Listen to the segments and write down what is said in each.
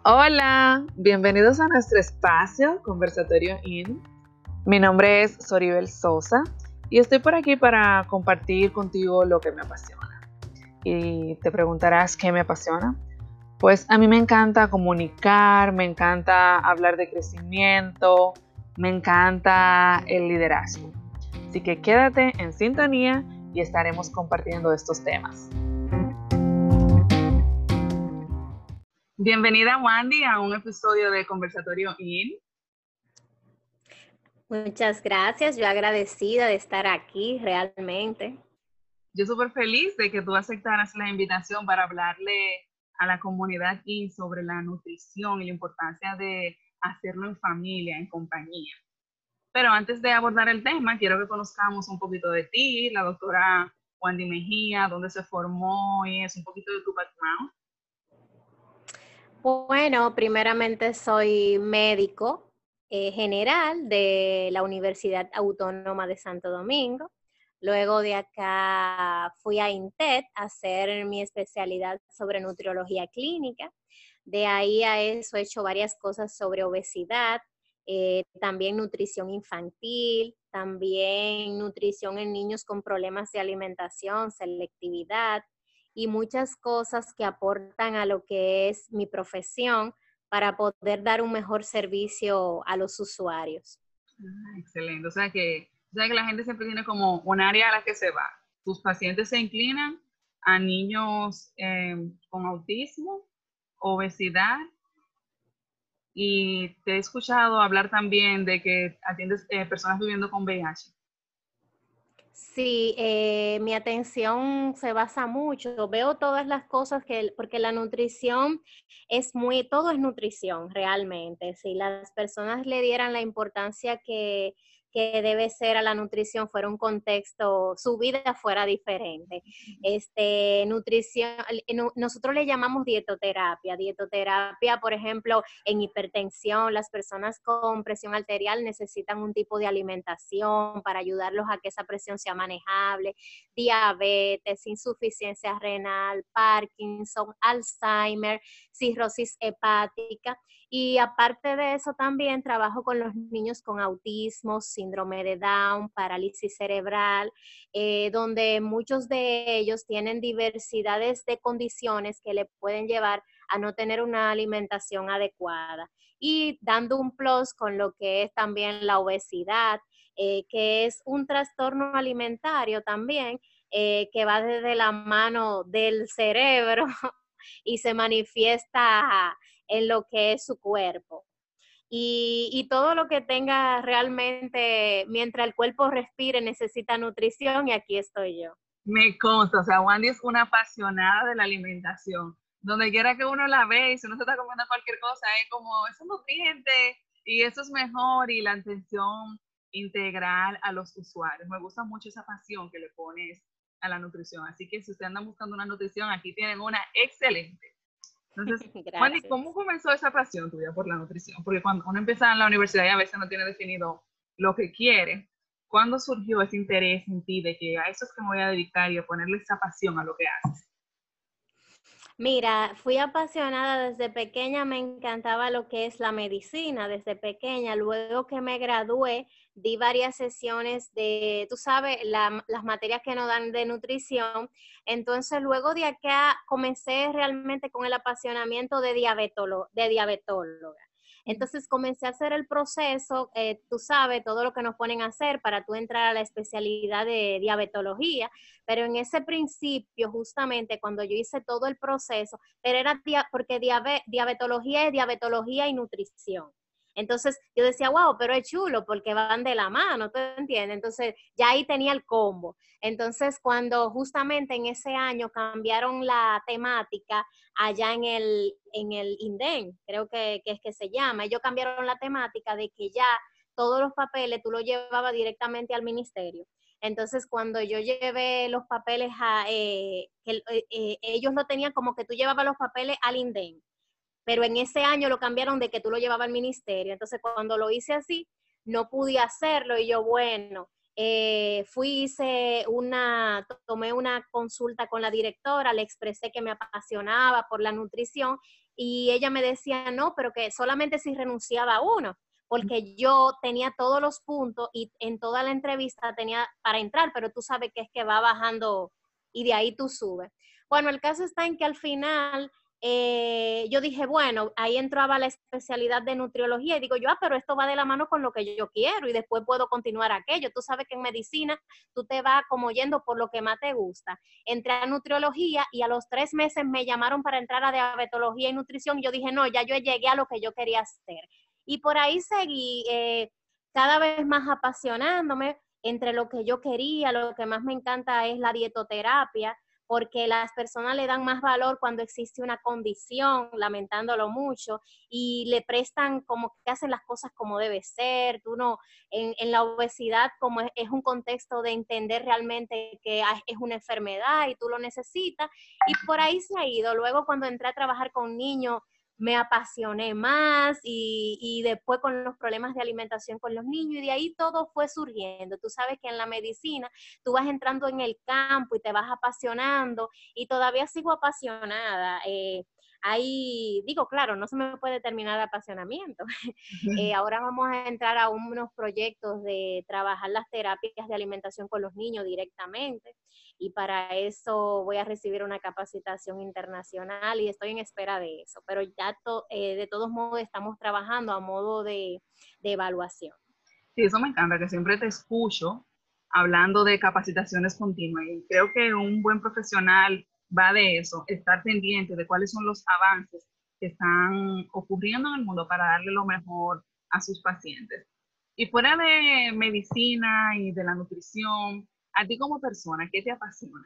Hola, bienvenidos a nuestro espacio Conversatorio IN. Mi nombre es Soribel Sosa y estoy por aquí para compartir contigo lo que me apasiona. Y te preguntarás qué me apasiona. Pues a mí me encanta comunicar, me encanta hablar de crecimiento, me encanta el liderazgo. Así que quédate en sintonía y estaremos compartiendo estos temas. Bienvenida, Wandy, a un episodio de Conversatorio IN. Muchas gracias, yo agradecida de estar aquí realmente. Yo súper feliz de que tú aceptaras la invitación para hablarle a la comunidad IN sobre la nutrición y la importancia de hacerlo en familia, en compañía. Pero antes de abordar el tema, quiero que conozcamos un poquito de ti, la doctora Wandy Mejía, dónde se formó y es un poquito de tu background. Bueno, primeramente soy médico general de la Universidad Autónoma de Santo Domingo. Luego de acá fui a INTET a hacer mi especialidad sobre nutriología clínica. De ahí a eso he hecho varias cosas sobre obesidad, también nutrición infantil, también nutrición en niños con problemas de alimentación, selectividad y muchas cosas que aportan a lo que es mi profesión para poder dar un mejor servicio a los usuarios. Excelente. O sea que la gente siempre tiene como un área a la que se va. Tus pacientes se inclinan a niños con autismo, obesidad, y te he escuchado hablar también de que atiendes personas viviendo con VIH. Sí, mi atención se basa mucho, veo todas las cosas porque la nutrición todo es nutrición realmente. Si las personas le dieran la importancia que debe ser a la nutrición, fuera un contexto, su vida fuera diferente. Nutrición, nosotros le llamamos dietoterapia. Dietoterapia, por ejemplo, en hipertensión, las personas con presión arterial necesitan un tipo de alimentación para ayudarlos a que esa presión sea manejable, diabetes, insuficiencia renal, Parkinson, Alzheimer, cirrosis hepática. Y aparte de eso también trabajo con los niños con autismo, síndrome de Down, parálisis cerebral, donde muchos de ellos tienen diversidades de condiciones que le pueden llevar a no tener una alimentación adecuada. Y dando un plus con lo que es también la obesidad, que es un trastorno alimentario también, que va desde la mano del cerebro y se manifiesta en lo que es su cuerpo. Y todo lo que tenga realmente, mientras el cuerpo respire, necesita nutrición y aquí estoy yo. Me consta, o sea, Wandy es una apasionada de la alimentación. Donde quiera que uno la ve y si uno se está comiendo cualquier cosa, es como, eso es nutriente y eso es mejor y la atención integral a los usuarios. Me gusta mucho esa pasión que le pones a la nutrición. Así que si ustedes andan buscando una nutrición, aquí tienen una excelente. Entonces, Wandy, Gracias. ¿cómo comenzó esa pasión tuya por la nutrición? Porque cuando uno empieza en la universidad y a veces no tiene definido lo que quiere, ¿cuándo surgió ese interés en ti de que a eso es que me voy a dedicar y a ponerle esa pasión a lo que haces? Mira, fui apasionada desde pequeña, me encantaba lo que es la medicina desde pequeña. Luego que me gradué, di varias sesiones de, tú sabes, las materias que nos dan de nutrición. Entonces, luego de acá comencé realmente con el apasionamiento de diabetóloga. Entonces comencé a hacer el proceso, tú sabes, todo lo que nos ponen a hacer para tú entrar a la especialidad de diabetología. Pero en ese principio, justamente cuando yo hice todo el proceso, pero era porque diabetología es diabetología y nutrición. Entonces yo decía, wow, pero es chulo porque van de la mano, ¿tú entiendes? Entonces ya ahí tenía el combo. Entonces cuando justamente en ese año cambiaron la temática allá en el INDEN, creo que es que se llama, ellos cambiaron la temática de que ya todos los papeles tú los llevabas directamente al ministerio. Entonces, cuando yo llevé los papeles ellos lo tenían como que tú llevabas los papeles al INDEN, pero en ese año lo cambiaron de que tú lo llevabas al ministerio. Entonces, cuando lo hice así, no pude hacerlo y yo, bueno, tomé una consulta con la directora, le expresé que me apasionaba por la nutrición y ella me decía, no, pero que solamente si renunciaba a uno, porque yo tenía todos los puntos y en toda la entrevista tenía para entrar, pero tú sabes que es que va bajando y de ahí tú subes. Bueno, el caso está en que al final yo dije, bueno, ahí entraba la especialidad de nutriología y digo yo, pero esto va de la mano con lo que yo quiero y después puedo continuar aquello. Tú sabes que en medicina tú te vas como yendo por lo que más te gusta. Entré a nutriología y a los 3 meses me llamaron para entrar a diabetología y nutrición. Yo dije, no, ya yo llegué a lo que yo quería hacer. Y por ahí seguí cada vez más apasionándome entre lo que yo quería. Lo que más me encanta es la dietoterapia, porque las personas le dan más valor cuando existe una condición, lamentándolo mucho, y le prestan como que hacen las cosas como debe ser. Tú no, en la obesidad, como es un contexto de entender realmente que es una enfermedad y tú lo necesitas, y por ahí se ha ido. Luego cuando entré a trabajar con niños, me apasioné más y después con los problemas de alimentación con los niños y de ahí todo fue surgiendo. Tú sabes que en la medicina tú vas entrando en el campo y te vas apasionando y todavía sigo apasionada. Ahí digo, claro, no se me puede terminar el apasionamiento. Ahora vamos a entrar a unos proyectos de trabajar las terapias de alimentación con los niños directamente y para eso voy a recibir una capacitación internacional y estoy en espera de eso, pero ya de todos modos estamos trabajando a modo de evaluación. Sí, eso me encanta, que siempre te escucho hablando de capacitaciones continuas y creo que un buen profesional va de eso, estar pendiente de cuáles son los avances que están ocurriendo en el mundo para darle lo mejor a sus pacientes. Y fuera de medicina y de la nutrición, a ti como persona, ¿qué te apasiona?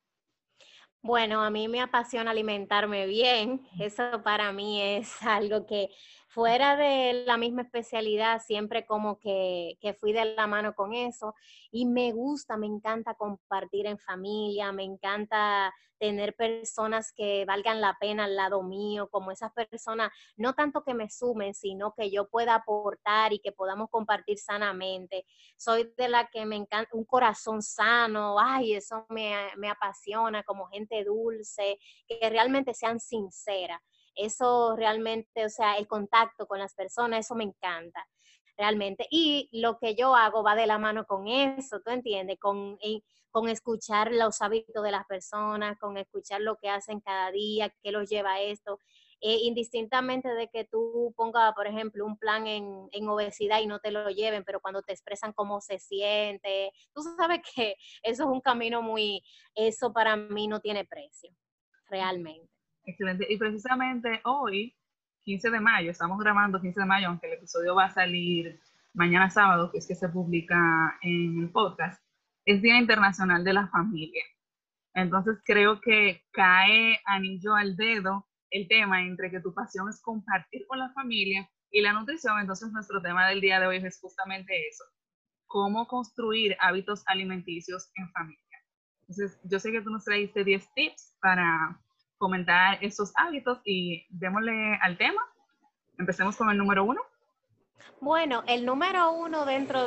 Bueno, a mí me apasiona alimentarme bien. Eso para mí es algo que fuera de la misma especialidad, siempre como que fui de la mano con eso. Y me gusta, me encanta compartir en familia, me encanta tener personas que valgan la pena al lado mío, como esas personas, no tanto que me sumen, sino que yo pueda aportar y que podamos compartir sanamente. Soy de la que me encanta un corazón sano, ay, eso me apasiona, como gente dulce, que realmente sean sinceras. Eso realmente, o sea, el contacto con las personas, eso me encanta, realmente. Y lo que yo hago va de la mano con eso, ¿tú entiendes? Con escuchar los hábitos de las personas, con escuchar lo que hacen cada día, qué los lleva a esto. Indistintamente de que tú pongas, por ejemplo, un plan en obesidad y no te lo lleven, pero cuando te expresan cómo se siente, tú sabes que eso es un camino eso para mí no tiene precio, realmente. Excelente. Y precisamente hoy, 15 de mayo, estamos grabando 15 de mayo, aunque el episodio va a salir mañana sábado, que es que se publica en el podcast, es Día Internacional de la Familia. Entonces creo que cae anillo al dedo el tema entre que tu pasión es compartir con la familia y la nutrición. Entonces nuestro tema del día de hoy es justamente eso, cómo construir hábitos alimenticios en familia. Entonces yo sé que tú nos traíste 10 tips para comentar esos hábitos y démosle al tema. Empecemos con el número 1. Bueno, el número 1 dentro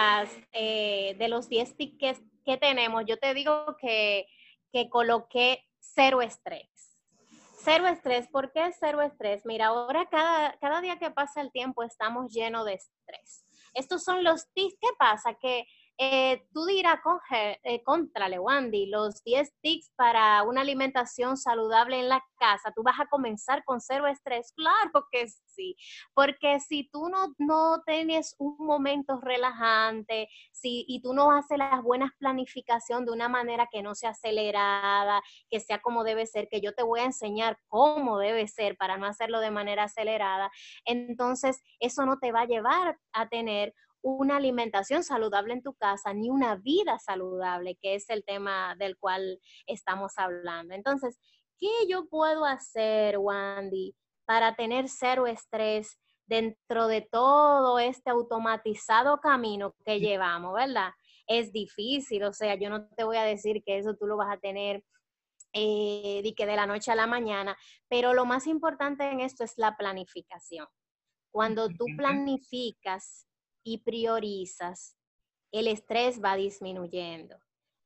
de los 10 tips que tenemos, yo te digo que coloqué cero estrés. Cero estrés, ¿por qué cero estrés? Mira, ahora cada día que pasa el tiempo estamos llenos de estrés. Estos son los tips. ¿Qué pasa? Que tú dirás, contrale, Wandy, los 10 tips para una alimentación saludable en la casa, ¿tú vas a comenzar con cero estrés? Claro que sí, porque si tú no tienes un momento relajante, y tú no haces las buenas planificación de una manera que no sea acelerada, que sea como debe ser, que yo te voy a enseñar cómo debe ser para no hacerlo de manera acelerada, entonces eso no te va a llevar a tener una alimentación saludable en tu casa, ni una vida saludable, que es el tema del cual estamos hablando. Entonces, ¿qué yo puedo hacer, Wandy, para tener cero estrés dentro de todo este automatizado camino que llevamos, ¿verdad? Es difícil, o sea, yo no te voy a decir que eso tú lo vas a tener de la noche a la mañana, pero lo más importante en esto es la planificación. Cuando tú planificas y priorizas, el estrés va disminuyendo.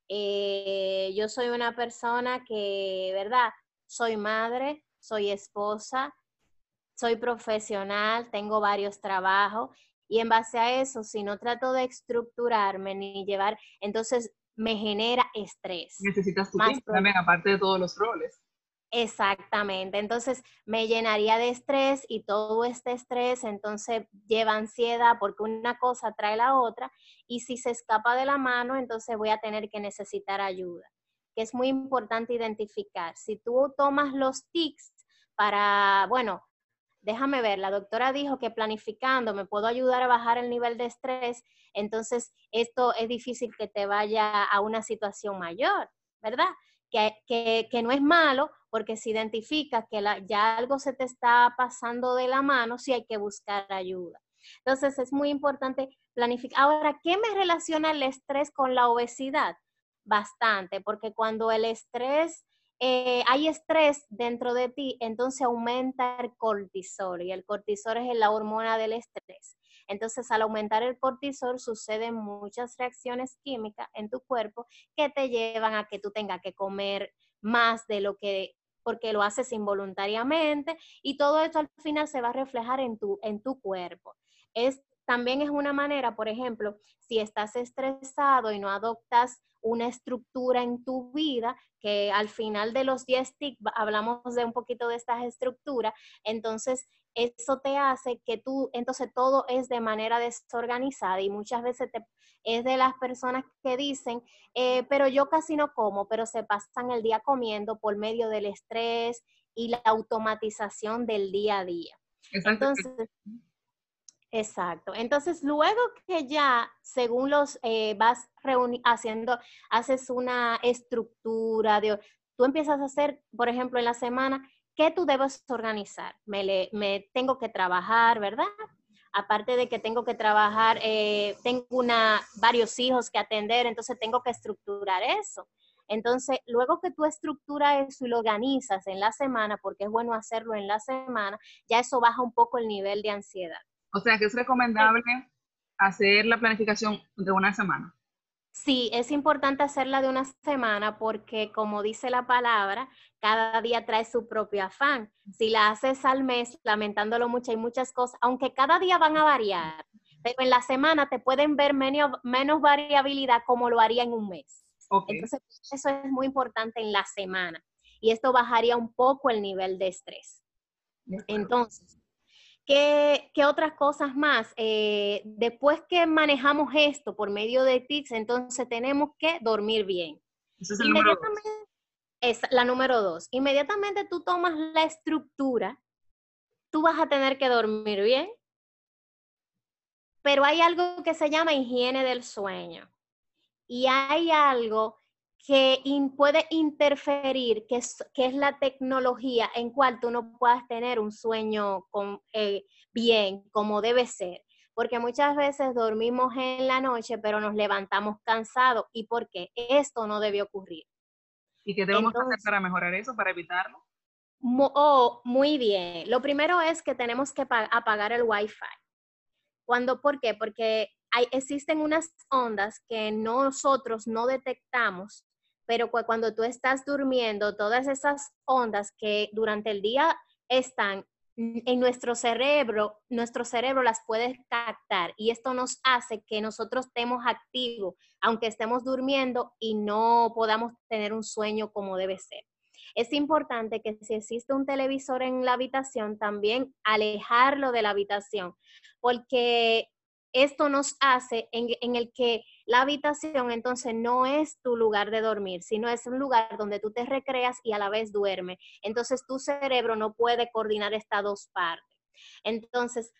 Yo soy una persona que, ¿verdad? Soy madre, soy esposa, soy profesional, tengo varios trabajos y en base a eso, si no trato de estructurarme ni llevar, entonces me genera estrés. Necesitas tu Más tiempo también, aparte de todos los roles. Exactamente, entonces me llenaría de estrés y todo este estrés entonces lleva ansiedad porque una cosa trae la otra y si se escapa de la mano entonces voy a tener que necesitar ayuda, que es muy importante identificar. Si tú tomas los tics para, bueno, déjame ver, la doctora dijo que planificando me puedo ayudar a bajar el nivel de estrés, entonces esto es difícil que te vaya a una situación mayor, ¿verdad? Que no es malo, porque si identificas que ya algo se te está pasando de la mano, sí hay que buscar ayuda. Entonces es muy importante planificar. Ahora, ¿qué me relaciona el estrés con la obesidad? Bastante, porque cuando el estrés hay estrés dentro de ti, entonces aumenta el cortisol y el cortisol es la hormona del estrés. Entonces, al aumentar el cortisol, suceden muchas reacciones químicas en tu cuerpo que te llevan a que tú tengas que comer más de lo que, porque lo haces involuntariamente y todo esto al final se va a reflejar en tu cuerpo. También es una manera, por ejemplo, si estás estresado y no adoptas una estructura en tu vida, que al final de los 10 tips hablamos de un poquito de estas estructuras, entonces eso te hace que entonces todo es de manera desorganizada y muchas veces es de las personas que dicen, pero yo casi no como, pero se pasan el día comiendo por medio del estrés y la automatización del día a día. Exacto. Entonces, exacto. Entonces, luego que ya, según los vas haciendo, haces una estructura, tú empiezas a hacer, por ejemplo, en la semana, ¿qué tú debes organizar? Me tengo que trabajar, ¿verdad? Aparte de que tengo que trabajar, tengo varios hijos que atender, entonces tengo que estructurar eso. Entonces, luego que tú estructuras eso y lo organizas en la semana, porque es bueno hacerlo en la semana, ya eso baja un poco el nivel de ansiedad. O sea que es recomendable hacer la planificación de una semana. Sí, es importante hacerla de una semana porque, como dice la palabra, cada día trae su propio afán. Si la haces al mes, lamentándolo mucho, hay muchas cosas, aunque cada día van a variar, pero en la semana te pueden ver menos variabilidad como lo haría en un mes. Okay. Entonces, eso es muy importante en la semana. Y esto bajaría un poco el nivel de estrés. Entonces, ¿qué otras cosas más? Después que manejamos esto por medio de tics, entonces tenemos que dormir bien. Ese es el número 2. Inmediatamente, es la número 2. Inmediatamente tú tomas la estructura, tú vas a tener que dormir bien, pero hay algo que se llama higiene del sueño. Y hay algo que puede interferir, que es la tecnología en cual tú no puedas tener un sueño bien, como debe ser. Porque muchas veces dormimos en la noche, pero nos levantamos cansados. ¿Y por qué? Esto no debe ocurrir. ¿Y qué debemos hacer Entonces, para mejorar eso, para evitarlo? muy bien. Lo primero es que tenemos que apagar el Wi-Fi. ¿Por qué? Porque existen unas ondas que nosotros no detectamos, pero cuando tú estás durmiendo, todas esas ondas que durante el día están en nuestro cerebro las puede captar y esto nos hace que nosotros estemos activos, aunque estemos durmiendo y no podamos tener un sueño como debe ser. Es importante que si existe un televisor en la habitación, también alejarlo de la habitación, porque esto nos hace en el que la habitación entonces no es tu lugar de dormir, sino es un lugar donde tú te recreas y a la vez duermes. Entonces tu cerebro no puede coordinar estas dos partes. Entonces,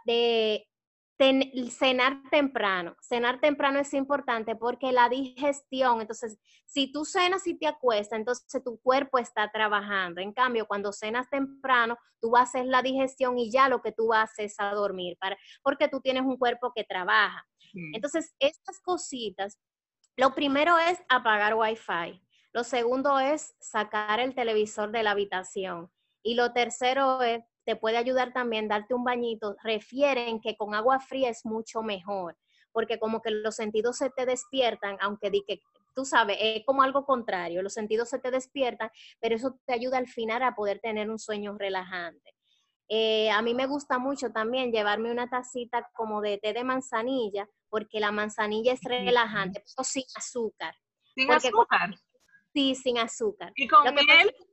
cenar temprano. Cenar temprano es importante porque la digestión, entonces, si tú cenas y te acuestas, entonces tu cuerpo está trabajando. En cambio, cuando cenas temprano, tú haces la digestión y ya lo que tú haces es a dormir, porque tú tienes un cuerpo que trabaja. Entonces, estas cositas, lo primero es apagar Wi-Fi. Lo segundo es sacar el televisor de la habitación. Y lo tercero es te puede ayudar también darte un bañito. Refieren que con agua fría es mucho mejor, porque como que los sentidos se te despiertan, aunque di que tú sabes, es como algo contrario, los sentidos se te despiertan, pero eso te ayuda al final a poder tener un sueño relajante. A mí me gusta mucho también llevarme una tacita como de té de manzanilla, porque la manzanilla es Sí. relajante, pero sin azúcar. Sin Porque azúcar. sí, sin azúcar. ¿Y con Lo que pasa miel? es que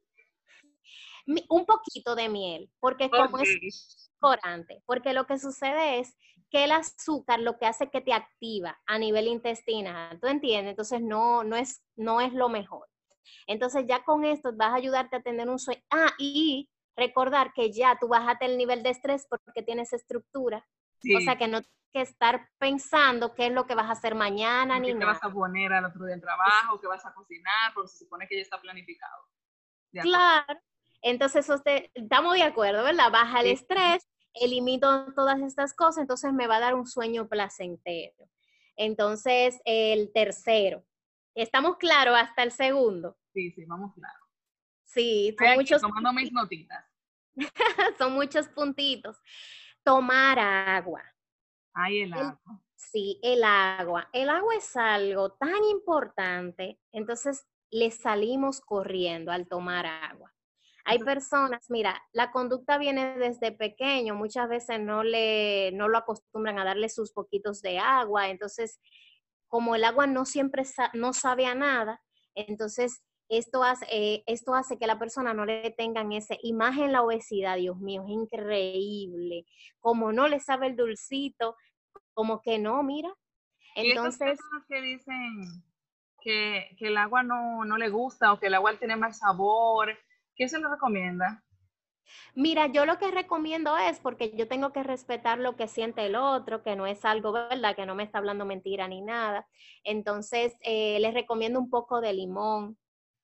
un poquito de miel, porque como Ok. es edulcorante, porque lo que sucede es que el azúcar lo que hace es que te activa a nivel intestinal, ¿tú entiendes? Entonces no es lo mejor. Entonces ya con esto vas a ayudarte a tener un sueño. Ah, y recordar que ya tú bajaste el nivel de estrés porque tienes estructura. O sea Sí. que no tienes que estar pensando qué es lo que vas a hacer mañana ¿Por ni qué te vas nada. a poner al otro día en trabajo? ¿Qué vas a cocinar? Porque se supone que ya está planificado. De acuerdo. Claro. Entonces, estamos de acuerdo, ¿verdad? Baja el Sí. estrés, elimino todas estas cosas, entonces me va a dar un sueño placentero. Entonces, el tercero. ¿Estamos claros hasta el segundo? Sí, sí, vamos claro. Sí, Estoy aquí tomando mis notitas. son muchos puntitos. Tomar agua. Ay, el El- agua. sí, el agua. El agua es algo tan importante, entonces le salimos corriendo al tomar agua. Hay Eso personas, mira, la conducta viene desde pequeño, muchas veces no lo acostumbran a darle sus poquitos de agua, entonces como el agua no siempre no sabe a nada, entonces esto hace que la persona no le tengan esa imagen, la obesidad, Dios mío, es increíble, como no le sabe el dulcito, como que no, mira, y esas entonces personas que dicen que el agua no le gusta o que el agua tiene mal sabor, ¿qué se le recomienda? mira, yo lo que recomiendo es, porque yo tengo que respetar lo que siente el otro, que no es algo, ¿verdad? Que no me está hablando mentira ni nada. Entonces, les recomiendo un poco de limón,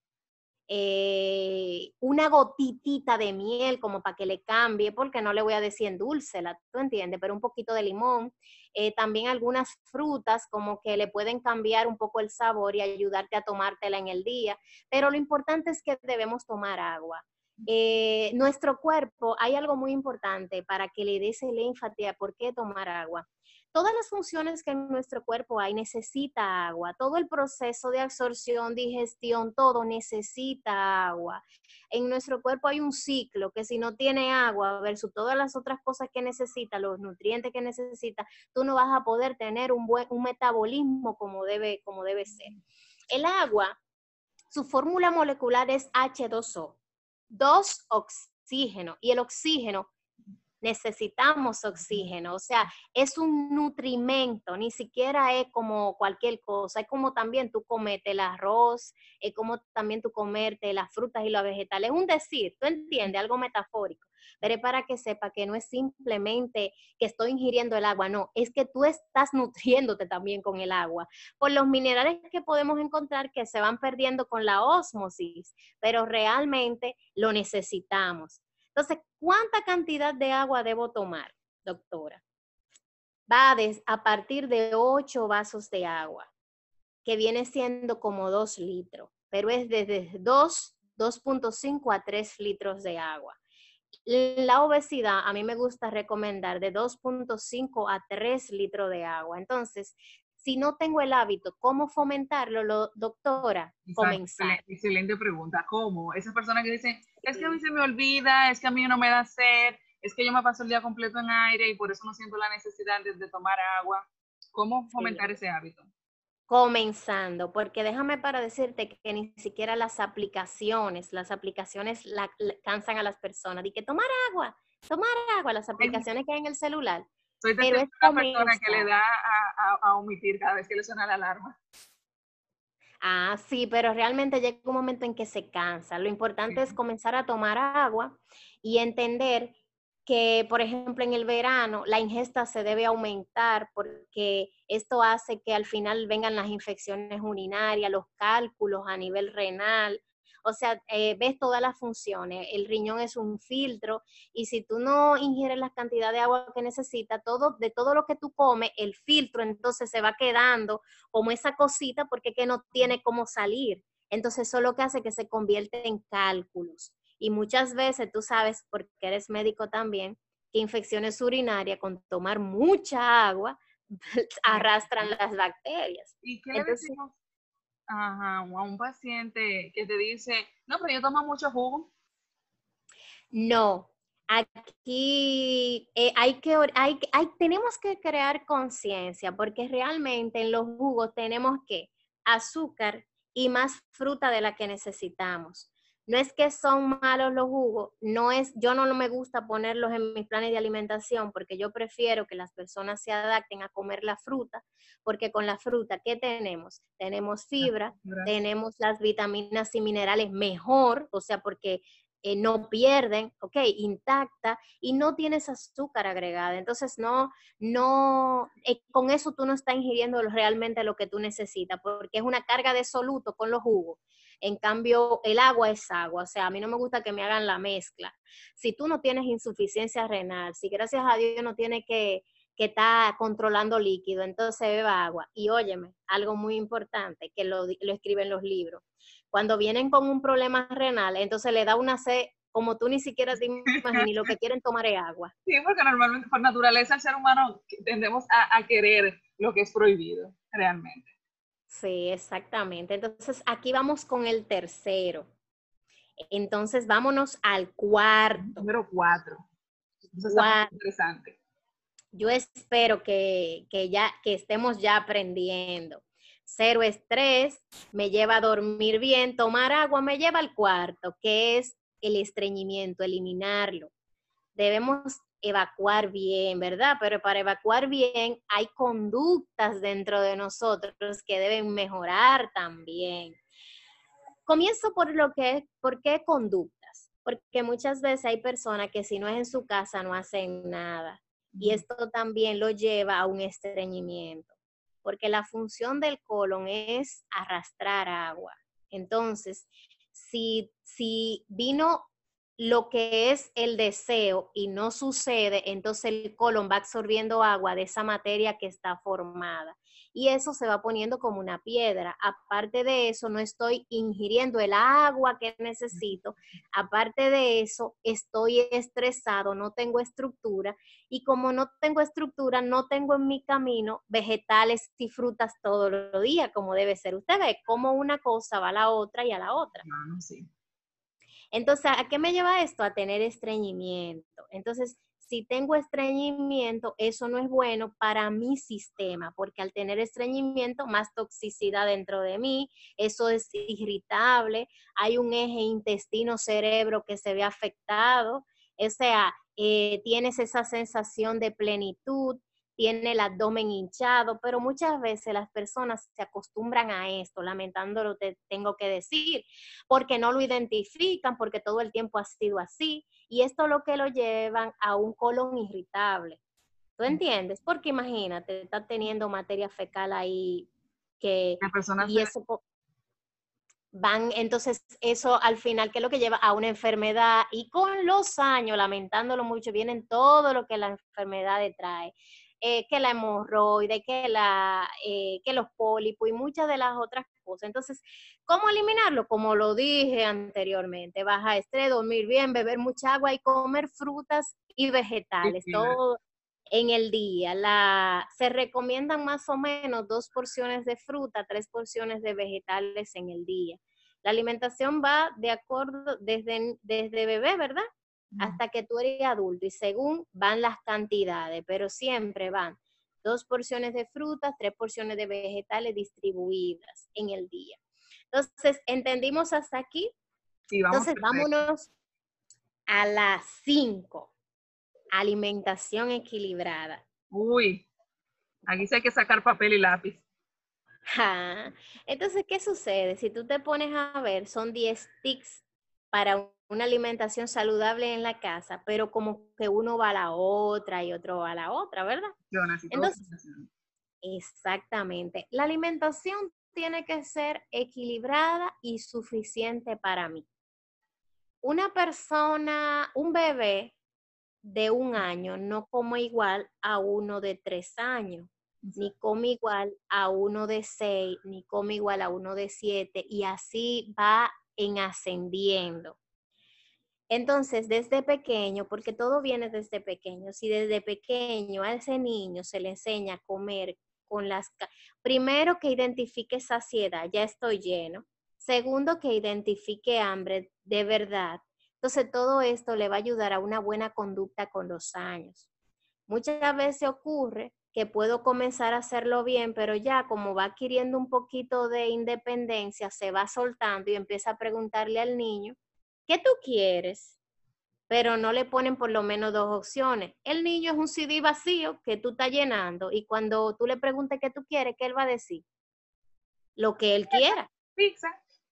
una gotitita de miel como para que le cambie, porque no le voy a decir endúlcela, ¿tú entiendes? Pero un poquito de limón. También algunas frutas como que le pueden cambiar un poco el sabor y ayudarte a tomártela en el día. Pero lo importante es que debemos tomar agua. Nuestro cuerpo, hay algo muy importante para que le des el énfasis a por qué tomar agua. Todas las funciones que en nuestro cuerpo hay necesita agua, todo el proceso de absorción, digestión, todo necesita agua. En nuestro cuerpo hay un ciclo que si no tiene agua versus todas las otras cosas que necesita, los nutrientes que necesita, tú no vas a poder tener un metabolismo como debe ser. El agua, su fórmula molecular es H2O, dos oxígeno, y el oxígeno necesitamos oxígeno, o sea, es un nutrimento, ni siquiera es como cualquier cosa, es como también tú comerte el arroz, es como también tú comerte las frutas y los vegetales, es un decir, tú entiendes, algo metafórico, pero es para que sepa que no es simplemente que estoy ingiriendo el agua, no, es que tú estás nutriéndote también con el agua, por los minerales que podemos encontrar que se van perdiendo con la ósmosis, pero realmente lo necesitamos. Entonces, ¿cuánta cantidad de agua debo tomar, doctora? A partir de 8 vasos de agua, que viene siendo como 2 litros, pero es desde 2.5 a 3 litros de agua. La obesidad, a mí me gusta recomendar de 2.5 a 3 litros de agua. Entonces, si no tengo el hábito, ¿cómo fomentarlo, doctora? Exacto, Comenzar. excelente, excelente pregunta. ¿Cómo? Esas personas que dicen, es que a mí se me olvida, es que a mí no me da sed, es que yo me paso el día completo en aire y por eso no siento la necesidad de tomar agua. ¿Cómo Sí. fomentar ese hábito? Comenzando, porque déjame para decirte que ni siquiera las aplicaciones cansan a las personas. Y que tomar agua, las Ay, aplicaciones que hay en el celular. soy Pero testigo es de una persona que le comenzar. da a omitir cada vez que le suena la alarma. Ah, sí, pero realmente llega un momento en que se cansa. Lo importante es Sí. comenzar a tomar agua y entender que, por ejemplo, en el verano la ingesta se debe aumentar porque esto hace que al final vengan las infecciones urinarias, los cálculos a nivel renal. O sea, ves todas las funciones. El riñón es un filtro y si tú no ingieres la cantidad de agua que necesita, de todo lo que tú comes, el filtro entonces se va quedando como esa cosita porque es que no tiene cómo salir. Entonces eso es lo que hace que se convierte en cálculos. Y muchas veces tú sabes, porque eres médico también, que infecciones urinarias con tomar mucha agua arrastran las bacterias. ¿Y qué le Entonces, decimos, ajá, a un paciente que te dice, no, pero yo tomo mucho jugo? no, aquí tenemos que crear conciencia porque realmente en los jugos tenemos que azúcar y más fruta de la que necesitamos. No es que son malos los jugos, yo no me gusta ponerlos en mis planes de alimentación porque yo prefiero que las personas se adapten a comer la fruta, porque con la fruta, ¿qué tenemos? Tenemos Las fibra, fibras. tenemos las vitaminas y minerales mejor, o sea, porque no pierden, ok, intacta y no tienes azúcar agregada. Entonces, con eso tú no estás ingiriendo realmente lo que tú necesitas, porque es una carga de soluto con los jugos. En cambio, el agua es agua, o sea, a mí no me gusta que me hagan la mezcla. Si tú no tienes insuficiencia renal, si gracias a Dios no tienes que está controlando líquido, entonces beba agua. Y óyeme, algo muy importante que lo escriben los libros cuando vienen con un problema renal, entonces le da una sed como tú ni siquiera te imaginas y lo que quieren tomar es agua. Sí, porque normalmente por naturaleza el ser humano tendemos a querer lo que es prohibido, realmente. Sí, exactamente. Entonces aquí vamos con el tercero. Entonces vámonos al cuarto. Número 4. Eso está muy Cuarto. interesante. Yo espero que estemos ya aprendiendo. Cero estrés, me lleva a dormir bien, tomar agua me lleva al cuarto, que es el estreñimiento, eliminarlo. Debemos evacuar bien, ¿verdad? Pero para evacuar bien hay conductas dentro de nosotros que deben mejorar también. Comienzo ¿por qué conductas? Porque muchas veces hay personas que si no es en su casa no hacen nada. Y esto también lo lleva a un estreñimiento, porque la función del colon es arrastrar agua. Entonces, si vino lo que es el deseo y no sucede, entonces el colon va absorbiendo agua de esa materia que está formada y eso se va poniendo como una piedra. Aparte de eso, no estoy ingiriendo el agua que necesito. Aparte de eso, estoy estresado, no tengo estructura y como no tengo estructura, no tengo en mi camino vegetales y frutas todos los días, como debe ser. Usted ve cómo una cosa va a la otra y a la otra. No, sí. Entonces, ¿a qué me lleva esto? A tener estreñimiento. Entonces, si tengo estreñimiento, eso no es bueno para mi sistema, porque al tener estreñimiento, más toxicidad dentro de mí, eso es irritable, hay un eje intestino-cerebro que se ve afectado, o sea, tienes esa sensación de plenitud, tiene el abdomen hinchado, pero muchas veces las personas se acostumbran a esto, lamentándolo te tengo que decir, porque no lo identifican, porque todo el tiempo ha sido así, y esto lo que lo llevan a un colon irritable. ¿Tú entiendes? Porque imagínate, está teniendo materia fecal ahí Las personas y eso entonces eso al final, ¿qué es lo que lleva? A una enfermedad y con los años, lamentándolo mucho, vienen todo lo que la enfermedad trae. Que la hemorroide, que los pólipos y muchas de las otras cosas. Entonces, ¿cómo eliminarlo? Como lo dije anteriormente, baja estrés, dormir bien, beber mucha agua y comer frutas y vegetales, fibras. todo en el día. Se recomiendan más o menos 2 porciones de fruta, 3 porciones de vegetales en el día. La alimentación va de acuerdo desde bebé, ¿verdad? Hasta que tú eres adulto y según van las cantidades, pero siempre van 2 porciones de frutas, 3 porciones de vegetales distribuidas en el día. Entonces, ¿entendimos hasta aquí? Sí, vamos Entonces, perfecto. vámonos a las 5. Alimentación equilibrada. Uy, aquí sí hay que sacar papel y lápiz. Ajá. Entonces, ¿qué sucede? Si tú te pones a ver, son 10 tips para una alimentación saludable en la casa, pero como que uno va a la otra y otro va a la otra, ¿verdad? Jonas, y todo Entonces, sensación. exactamente. La alimentación tiene que ser equilibrada y suficiente para mí. Una persona, un bebé de 1 año no come igual a uno de 3 años, ni come igual a uno de 6, ni come igual a uno de 7, y así va en ascendiendo. Entonces, desde pequeño, porque todo viene desde pequeño, si desde pequeño a ese niño se le enseña a comer con primero que identifique saciedad, ya estoy lleno. Segundo, que identifique hambre de verdad. Entonces, todo esto le va a ayudar a una buena conducta con los años. Muchas veces ocurre que puedo comenzar a hacerlo bien, pero ya como va adquiriendo un poquito de independencia, se va soltando y empieza a preguntarle al niño, ¿qué tú quieres? Pero no le ponen por lo menos dos opciones. El niño es un CD vacío que tú estás llenando y cuando tú le preguntes qué tú quieres, ¿qué él va a decir? Lo que él quiera. Pizza.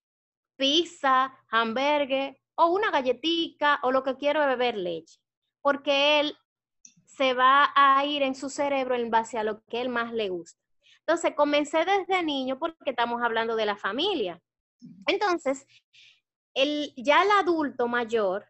Pizza, hamburgues o una galletica o lo que quiero es beber leche. Porque él se va a ir en su cerebro en base a lo que él más le gusta. Entonces, comencé desde niño porque estamos hablando de la familia. Entonces, ya el adulto mayor,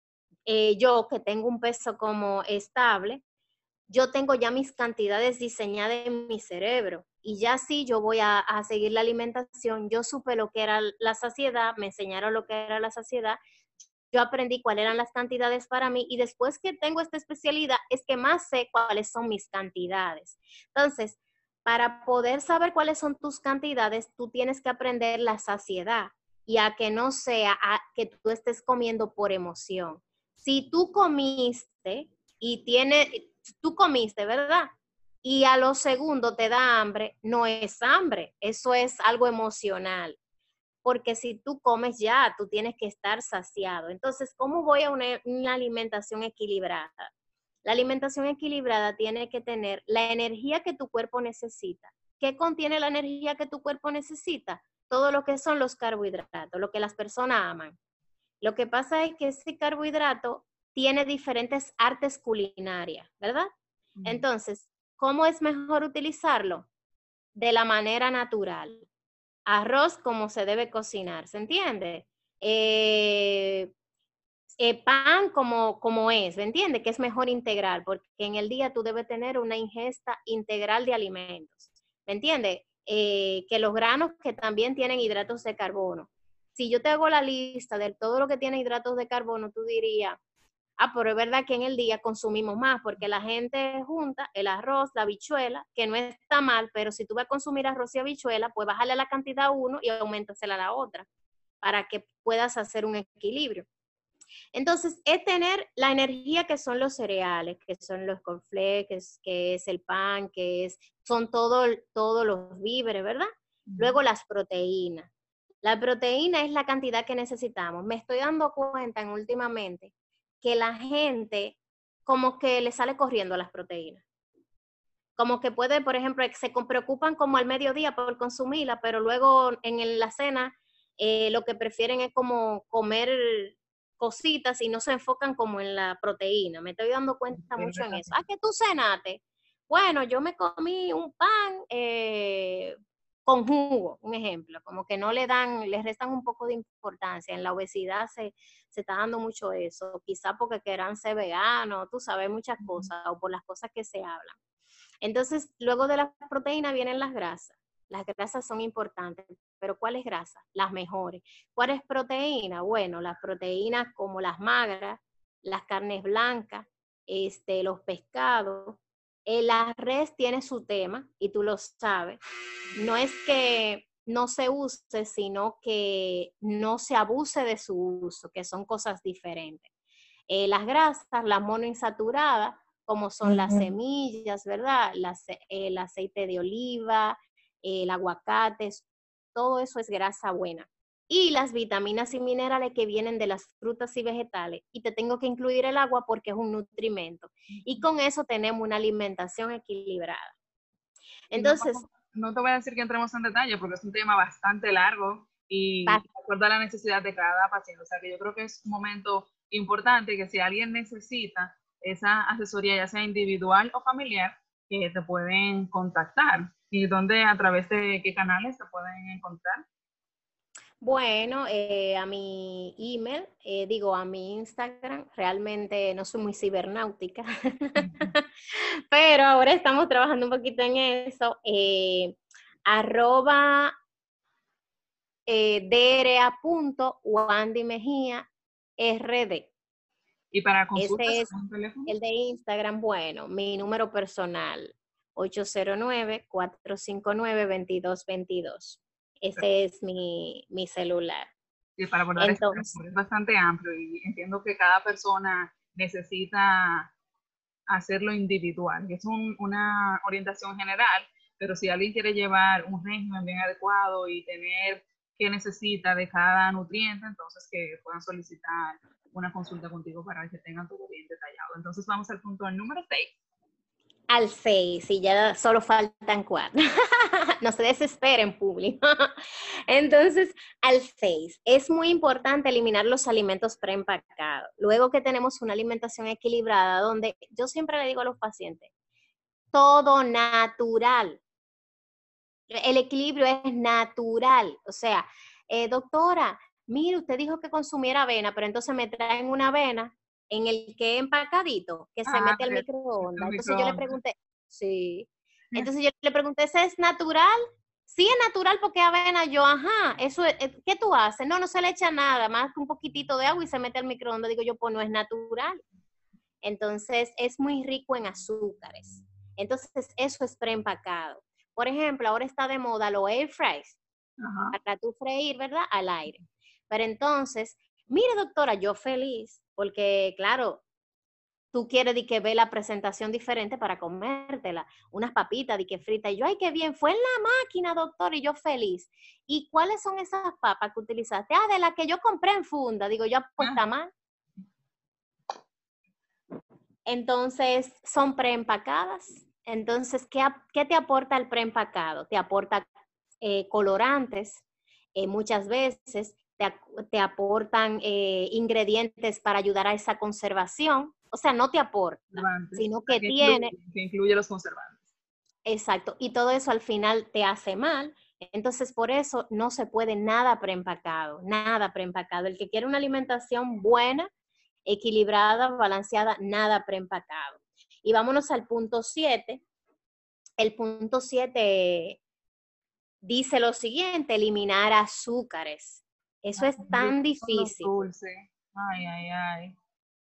yo que tengo un peso como estable, yo tengo ya mis cantidades diseñadas en mi cerebro y ya sí yo voy a seguir la alimentación. Yo supe lo que era la saciedad, me enseñaron lo que era la saciedad, yo aprendí cuáles eran las cantidades para mí y después que tengo esta especialidad es que más sé cuáles son mis cantidades. Entonces, para poder saber cuáles son tus cantidades, tú tienes que aprender la saciedad y a que no sea a que tú estés comiendo por emoción. Si tú comiste tú comiste, ¿verdad? Y a los segundos te da hambre, no es hambre, eso es algo emocional porque si tú comes ya, tú tienes que estar saciado. Entonces, ¿cómo voy a una alimentación equilibrada? La alimentación equilibrada tiene que tener la energía que tu cuerpo necesita. ¿Qué contiene la energía que tu cuerpo necesita? Todo lo que son los carbohidratos, lo que las personas aman. Lo que pasa es que ese carbohidrato tiene diferentes artes culinarias, ¿verdad? Entonces, ¿cómo es mejor utilizarlo? De la manera natural. Arroz como se debe cocinar, ¿se entiende? Pan como es, ¿me entiende? Que es mejor integral, porque en el día tú debes tener una ingesta integral de alimentos, ¿me entiende? Que los granos que también tienen hidratos de carbono. Si yo te hago la lista de todo lo que tiene hidratos de carbono, tú dirías, pero es verdad que en el día consumimos más porque la gente junta el arroz, la habichuela, que no está mal, pero si tú vas a consumir arroz y habichuela, pues bájale la cantidad a uno y aumentasela a la otra para que puedas hacer un equilibrio. Entonces, es tener la energía que son los cereales, que son los cornflakes, que es el pan, son todos los víveres, ¿verdad? Luego las proteínas. La proteína es la cantidad que necesitamos. Me estoy dando cuenta últimamente que la gente como que le sale corriendo a las proteínas. Como que puede, por ejemplo, se preocupan como al mediodía por consumirla, pero luego en la cena lo que prefieren es como comer cositas y no se enfocan como en la proteína. Me estoy dando cuenta mucho en eso. ¿Qué tú cenaste? Bueno, yo me comí un pan con jugo, un ejemplo, como que no les restan un poco de importancia. En la obesidad se está dando mucho eso, quizá porque quieran ser veganos, tú sabes, muchas cosas, o por las cosas que se hablan. Entonces, luego de la proteína vienen las grasas. Las grasas son importantes, pero ¿cuáles grasas? Las mejores. ¿Cuál es proteína? Bueno, las proteínas como las magras, las carnes blancas, los pescados. La res tiene su tema y tú lo sabes. No es que no se use, sino que no se abuse de su uso, que son cosas diferentes. Las grasas, las monoinsaturadas, como son las semillas, ¿verdad? El aceite de oliva, el aguacate, todo eso es grasa buena. Y las vitaminas y minerales que vienen de las frutas y vegetales. Y te tengo que incluir el agua porque es un nutrimento. Y con eso tenemos una alimentación equilibrada. Entonces, no te voy a decir que entremos en detalle porque es un tema bastante largo y de acuerdo a la necesidad de cada paciente. O sea que yo creo que es un momento importante que si alguien necesita esa asesoría, ya sea individual o familiar, que te pueden contactar. ¿Y dónde, a través de qué canales te pueden encontrar? Bueno, a mi email, a mi Instagram, realmente no soy muy cibernáutica, pero ahora estamos trabajando un poquito en eso. Arroba DRA.WandyMejía RD. Y para consultas, Ese es ¿algún teléfono? el de Instagram. Bueno, mi número personal, 809-459-2222. Ese es mi celular. Sí, para abordar este Entonces, tema es bastante amplio y entiendo que cada persona necesita hacerlo individual. Es una orientación general, pero si alguien quiere llevar un régimen bien adecuado y tener qué necesita de cada nutriente, entonces que puedan solicitar una consulta contigo para que tengan todo bien detallado. Entonces vamos al punto número 6. al 6, y ya solo faltan 4. No se desesperen, público. Entonces, al 6, es muy importante eliminar los alimentos preempacados. Luego que tenemos una alimentación equilibrada, donde yo siempre le digo a los pacientes, todo natural. El equilibrio es natural. O sea, doctora, mire, usted dijo que consumiera avena, pero entonces me traen una avena en el que empacadito, que se Ah, mete al el microondas. Entonces yo le microondas. pregunté, sí. Entonces yo le pregunté, ¿ese es natural? Sí, es natural porque avena. Yo, ajá, eso es, ¿qué tú haces? No, no se le echa nada, más que un poquitito de agua y se mete al microondas. Digo yo, pues no es natural. Entonces es muy rico en azúcares. Entonces eso es preempacado. Por ejemplo, ahora está de moda los air fries, Ajá. para tú freír, ¿verdad? Al aire. Pero entonces, mire doctora, yo feliz, porque claro, tú quieres de que ve la presentación diferente para comértela, unas papitas de que frita, y yo, ay, qué bien, fue en la máquina, doctor, y yo feliz. ¿Y cuáles son esas papas que utilizaste? Ah, de las que yo compré en funda, digo yo, pues Ah, está mal. Entonces, son preempacadas. Entonces, ¿qué te aporta el preempacado? Te aporta colorantes, muchas veces te aportan ingredientes para ayudar a esa conservación. O sea, no te aporta, conservantes. sino O sea, que tiene, que incluye los conservantes. exacto, y todo eso al final te hace mal. Entonces, por eso no se puede nada preempacado, nada preempacado. El que quiere una alimentación buena, equilibrada, balanceada, nada preempacado. Y vámonos al punto 7. El punto 7 dice lo siguiente, eliminar azúcares. Eso es Yo tan con los difícil, dulces. Ay, ay, ay.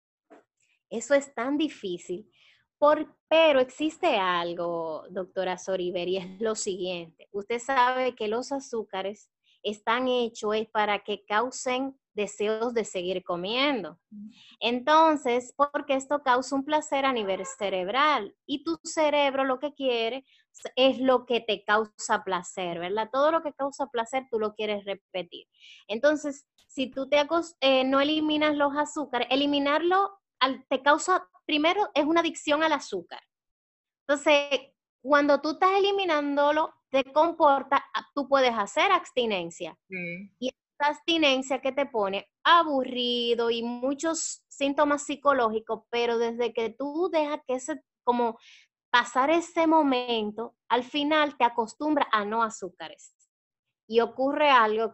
eso es tan difícil. Pero existe algo, doctora Soriber, y es lo siguiente. Usted sabe que los azúcares están hechos para que causen deseos de seguir comiendo. Entonces, porque esto causa un placer a nivel cerebral y tu cerebro lo que quiere es lo que te causa placer, ¿verdad? Todo lo que causa placer tú lo quieres repetir. Entonces, si tú no eliminas los azúcares, eliminarlo te causa, primero, es una adicción al azúcar. Entonces, cuando tú estás eliminándolo, te comporta, tú puedes hacer abstinencia. Sí. Y esa abstinencia que te pone aburrido y muchos síntomas psicológicos, pero desde que tú dejas que como pasar ese momento, al final te acostumbras a no azúcares. Y ocurre algo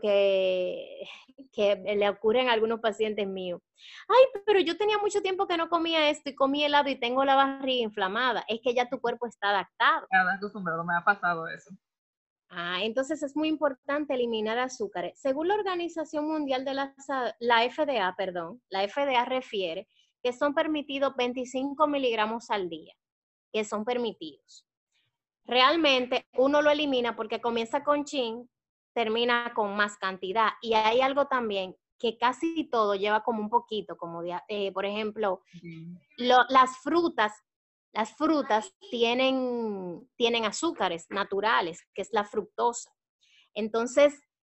que le ocurre a algunos pacientes míos. Ay, pero yo tenía mucho tiempo que no comía esto y comí helado y tengo la barriga inflamada. Es que ya tu cuerpo está adaptado. Nada acostumbrado, me ha pasado eso. Entonces es muy importante eliminar azúcares. Según la Organización Mundial de la FDA, perdón, la FDA refiere que son permitidos 25 miligramos al día, que son permitidos. Realmente uno lo elimina porque comienza con chin, termina con más cantidad. Y hay algo también que casi todo lleva como un poquito, como por ejemplo, Sí. las frutas tienen azúcares naturales, que es la fructosa. Entonces,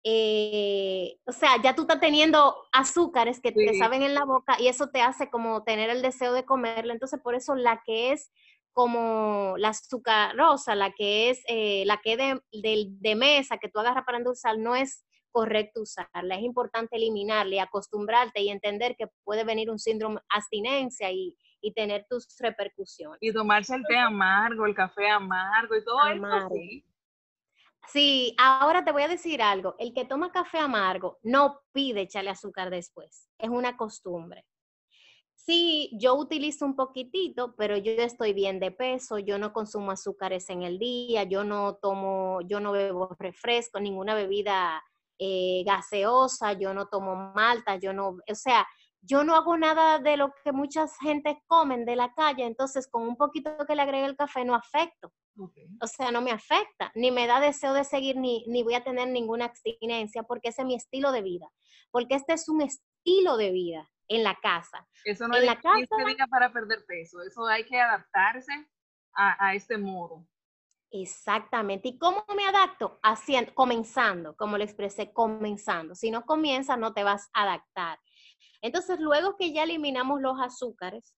o sea, ya tú estás teniendo azúcares que te Sí. saben en la boca y eso te hace como tener el deseo de comerla. Entonces, por eso la que es como la azucarosa, la que es de mesa que tú agarras para endulzar, no es correcto usarla. Es importante eliminarla y acostumbrarte y entender que puede venir un síndrome de abstinencia y tener tus Y repercusiones. tomarse el té amargo, el café amargo y todo eso, Amargo. sí. Sí, ahora te voy a decir algo. El que toma café amargo no pide echarle azúcar después. Es una costumbre. Sí, yo utilizo un poquitito, pero yo estoy bien de peso, yo no consumo azúcares en el día, yo no bebo refresco, ninguna bebida gaseosa, yo no tomo malta, o sea, yo no hago nada de lo que muchas gentes comen de la calle, entonces con un poquito que le agregue el café no afecto. Okay. O sea, no me afecta, ni me da deseo de seguir, ni voy a tener ninguna abstinencia, porque ese es mi estilo de vida. Porque este es un estilo de vida en la casa. Eso no En es la casa, 15 días para perder peso, eso hay que adaptarse a este modo. exactamente. ¿Y cómo me adapto? Haciendo, comenzando, como lo expresé, comenzando. Si no comienzas, no te vas a adaptar. Entonces, luego que ya eliminamos los azúcares,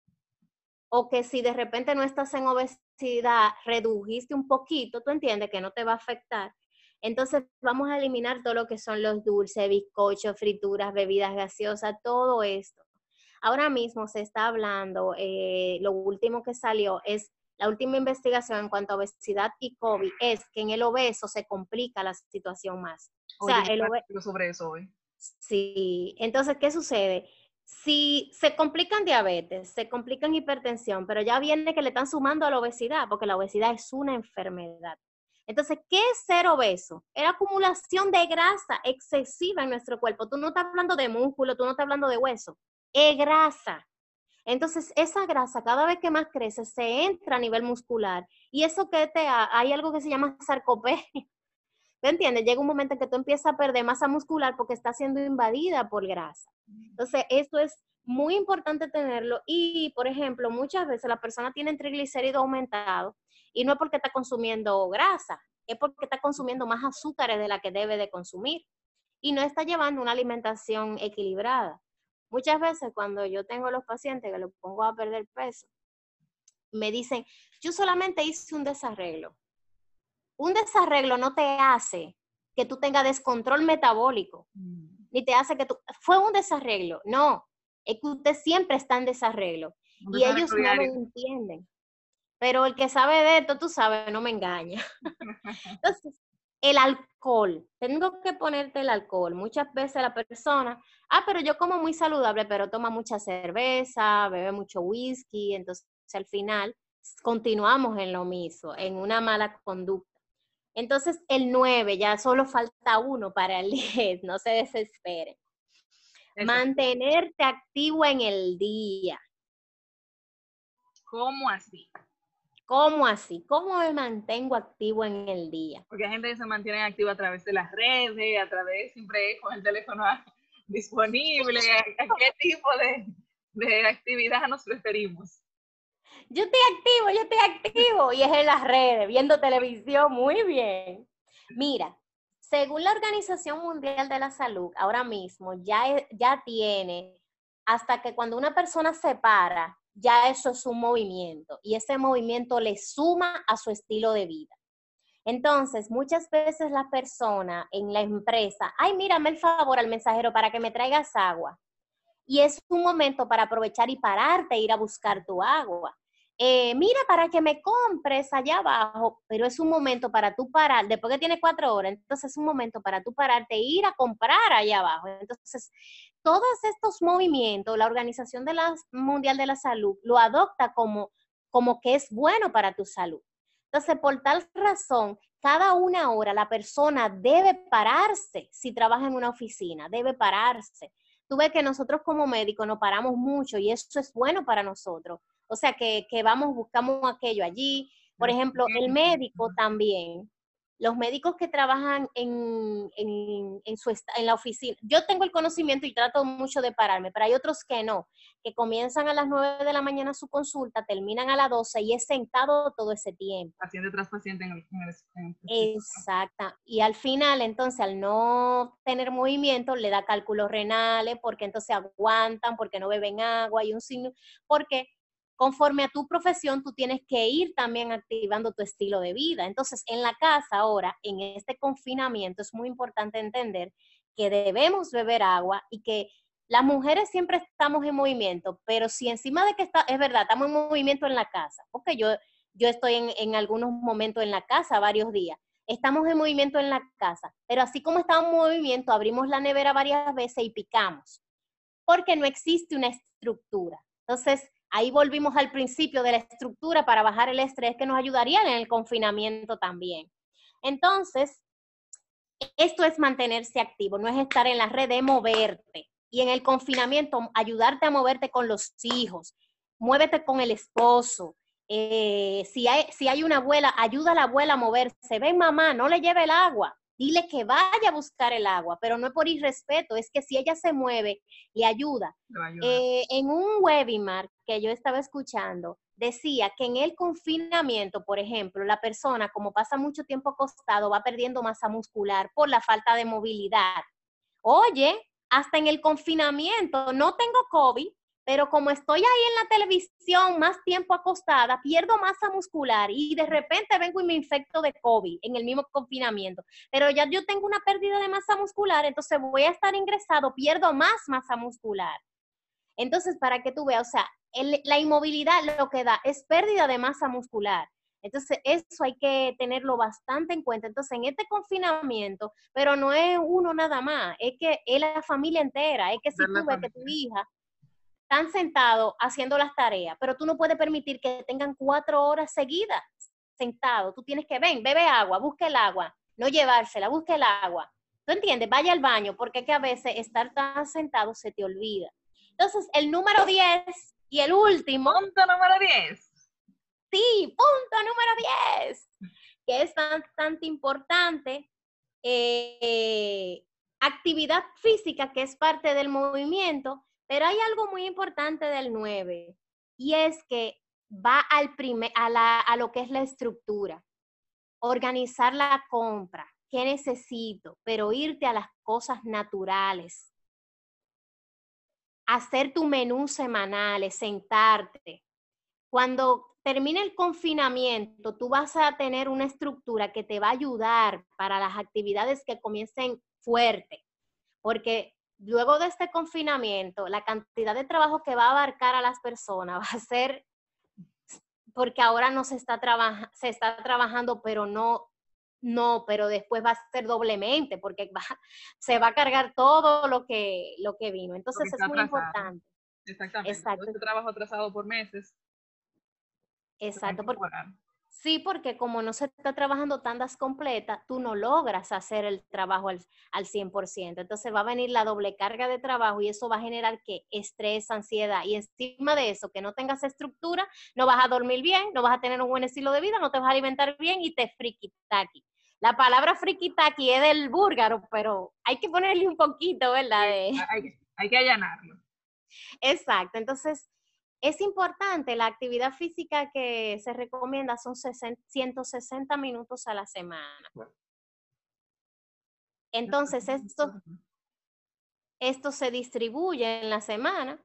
o que si de repente no estás en obesidad, redujiste un poquito, tú entiendes que no te va a afectar. Entonces vamos a eliminar todo lo que son los dulces, bizcochos, frituras, bebidas gaseosas, todo esto. Ahora mismo se está hablando, lo último que salió es, la última investigación en cuanto a obesidad y COVID es que en el obeso se complica la situación más. O sea, Oye, el obeso, sobre eso hoy. sí, entonces, ¿qué sucede? Si se complican diabetes, se complican hipertensión, pero ya viene que le están sumando a la obesidad, porque la obesidad es una enfermedad. Entonces, ¿qué es ser obeso? Es la acumulación de grasa excesiva en nuestro cuerpo. Tú no estás hablando de músculo, tú no estás hablando de hueso, es grasa. Entonces, esa grasa cada vez que más crece, se entra a nivel muscular. Y eso hay algo que se llama sarcopenia. ¿Te entiendes? Llega un momento en que tú empiezas a perder masa muscular porque está siendo invadida por grasa. Entonces, esto es muy importante tenerlo. Y, por ejemplo, muchas veces la persona tiene triglicéridos aumentados y no es porque está consumiendo grasa, es porque está consumiendo más azúcares de la que debe de consumir y no está llevando una alimentación equilibrada. Muchas veces cuando yo tengo los pacientes que los pongo a perder peso, me dicen, yo solamente hice un desarreglo. Un desarreglo no te hace que tú tengas descontrol metabólico, ni te hace que tú, fue un desarreglo, no, es que usted siempre está en desarreglo y ellos no lo entienden. Pero el que sabe de esto, tú sabes, no me engaña. Entonces, el alcohol, tengo que ponerte el alcohol. Muchas veces la persona, pero yo como muy saludable, pero toma mucha cerveza, bebe mucho whisky, entonces al final continuamos en lo mismo, en una mala conducta. Entonces, el 9, ya solo falta uno para el 10, no se desesperen. Mantenerte activo en el día. ¿Cómo así? ¿Cómo así? ¿Cómo me mantengo activo en el día? Porque hay gente que se mantiene activa a través de las redes, a través siempre con el teléfono disponible. ¿A qué tipo de actividad nos referimos? Yo estoy activo, y es en las redes, viendo televisión, muy bien. Mira, según la Organización Mundial de la Salud, ahora mismo ya tiene hasta que cuando una persona se para, ya eso es un movimiento, y ese movimiento le suma a su estilo de vida. Entonces, muchas veces la persona en la empresa, ay, mírame el favor al mensajero para que me traigas agua. Y es un momento para aprovechar y pararte e ir a buscar tu agua. Mira, para que me compres allá abajo, pero es un momento para tú parar, después que tienes 4 horas, entonces es un momento para tú pararte e ir a comprar allá abajo. Entonces, todos estos movimientos, la Organización Mundial de la Salud lo adopta como que es bueno para tu salud. Entonces, por tal razón, cada una hora la persona debe pararse, si trabaja en una oficina, debe pararse. Tú ves que nosotros como médicos nos paramos mucho y eso es bueno para nosotros. O sea, que vamos, buscamos aquello allí. Por ejemplo, el médico también. Los médicos que trabajan en la oficina. Yo tengo el conocimiento y trato mucho de pararme, pero hay otros que no, que comienzan a las 9 de la mañana su consulta, terminan a las 12 y es sentado todo ese tiempo. Paciente tras paciente en Exacto. Y al final, entonces, al no tener movimiento, le da cálculos renales, porque entonces aguantan, porque no beben agua, y un signo, porque conforme a tu profesión, tú tienes que ir también activando tu estilo de vida. Entonces, en la casa ahora, en este confinamiento, es muy importante entender que debemos beber agua y que las mujeres siempre estamos en movimiento, pero si encima de que es verdad, estamos en movimiento en la casa, porque yo estoy en algunos momentos en la casa, varios días. Estamos en movimiento en la casa, pero así como estamos en movimiento, abrimos la nevera varias veces y picamos, porque no existe una estructura. Entonces, ahí volvimos al principio de la estructura para bajar el estrés que nos ayudaría en el confinamiento también. Entonces, esto es mantenerse activo, no es estar en la red, de moverte. y en el confinamiento ayudarte a moverte con los hijos, muévete con el esposo. Si hay una abuela, ayuda a la abuela a moverse. Ven mamá, no le lleve el agua. Dile que vaya a buscar el agua, pero no es por irrespeto, es que si ella se mueve, le ayuda. En un webinar que yo estaba escuchando, decía que en el confinamiento, por ejemplo, la persona, como pasa mucho tiempo acostado, va perdiendo masa muscular por la falta de movilidad. Oye, hasta en el confinamiento, no tengo COVID, pero como estoy ahí en la televisión más tiempo acostada, pierdo masa muscular y de repente vengo y me infecto de COVID en el mismo confinamiento. Pero ya yo tengo una pérdida de masa muscular, entonces voy a estar ingresado, pierdo más masa muscular. Entonces, para que tú veas, o sea, la inmovilidad lo que da es pérdida de masa muscular. Entonces, eso hay que tenerlo bastante en cuenta. Entonces, en este confinamiento, pero no es uno nada más, es que es la familia entera. Es que si tú ves que tu hija están sentados haciendo las tareas, pero tú no puedes permitir que tengan 4 horas seguidas sentados. Tú tienes que, bebe agua, busca el agua, no llevársela, busca el agua. ¿Tú entiendes? Vaya al baño, porque es que a veces estar tan sentado se te olvida. Entonces, el número 10 y el último. Punto número 10. Sí, punto número 10, que es bastante importante. Actividad física, que es parte del movimiento, pero hay algo muy importante del 9, y es que va a lo que es la estructura. Organizar la compra, qué necesito, pero irte a las cosas naturales. Hacer tu menú semanal, sentarte. Cuando termine el confinamiento, tú vas a tener una estructura que te va a ayudar para las actividades que comiencen fuerte, porque luego de este confinamiento, la cantidad de trabajo que va a abarcar a las personas va a ser, porque ahora no se está trabajando, pero pero después va a ser doblemente, porque se va a cargar todo lo que vino. Entonces es muy importante. Exactamente. Exacto. Todo este trabajo atrasado por meses. Exacto. Sí, porque como no se está trabajando tandas completas, tú no logras hacer el trabajo al 100%. Entonces va a venir la doble carga de trabajo y eso va a generar que estrés, ansiedad, y encima de eso, que no tengas estructura, no vas a dormir bien, no vas a tener un buen estilo de vida, no te vas a alimentar bien y te friki-taki. La palabra friki-taki es del búlgaro, pero hay que ponerle un poquito, ¿verdad? Hay que allanarlo. Exacto. Entonces, es importante, la actividad física que se recomienda son 160 minutos a la semana. Entonces, esto se distribuye en la semana.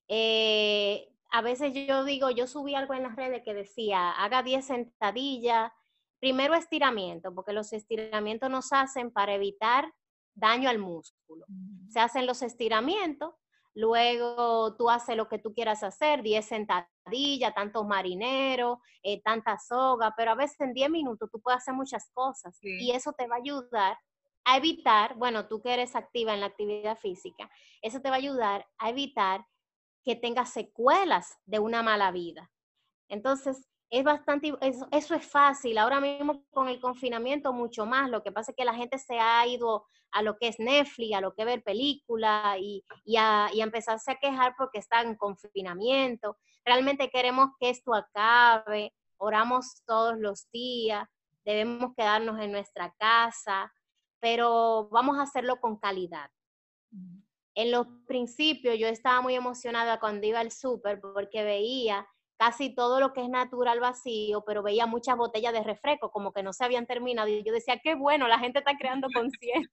A veces yo subí algo en las redes que decía, haga 10 sentadillas. Primero estiramiento, porque los estiramientos nos hacen para evitar daño al músculo. Se hacen los estiramientos. Luego tú haces lo que tú quieras hacer, 10 sentadillas, tantos marineros, tanta soga, pero a veces en 10 minutos tú puedes hacer muchas cosas. Sí. Y eso te va a ayudar a evitar, bueno, tú que eres activa en la actividad física, eso te va a ayudar a evitar que tengas secuelas de una mala vida. Entonces, es bastante, eso es fácil. Ahora mismo con el confinamiento mucho más. Lo que pasa es que la gente se ha ido a lo que es Netflix, a lo que es ver películas y a empezarse a quejar porque está en confinamiento. Realmente queremos que esto acabe. Oramos todos los días. Debemos quedarnos en nuestra casa, pero vamos a hacerlo con calidad. En los principios yo estaba muy emocionada cuando iba al súper porque veía casi todo lo que es natural vacío, pero veía muchas botellas de refresco como que no se habían terminado y yo decía, qué bueno, la gente está creando conciencia.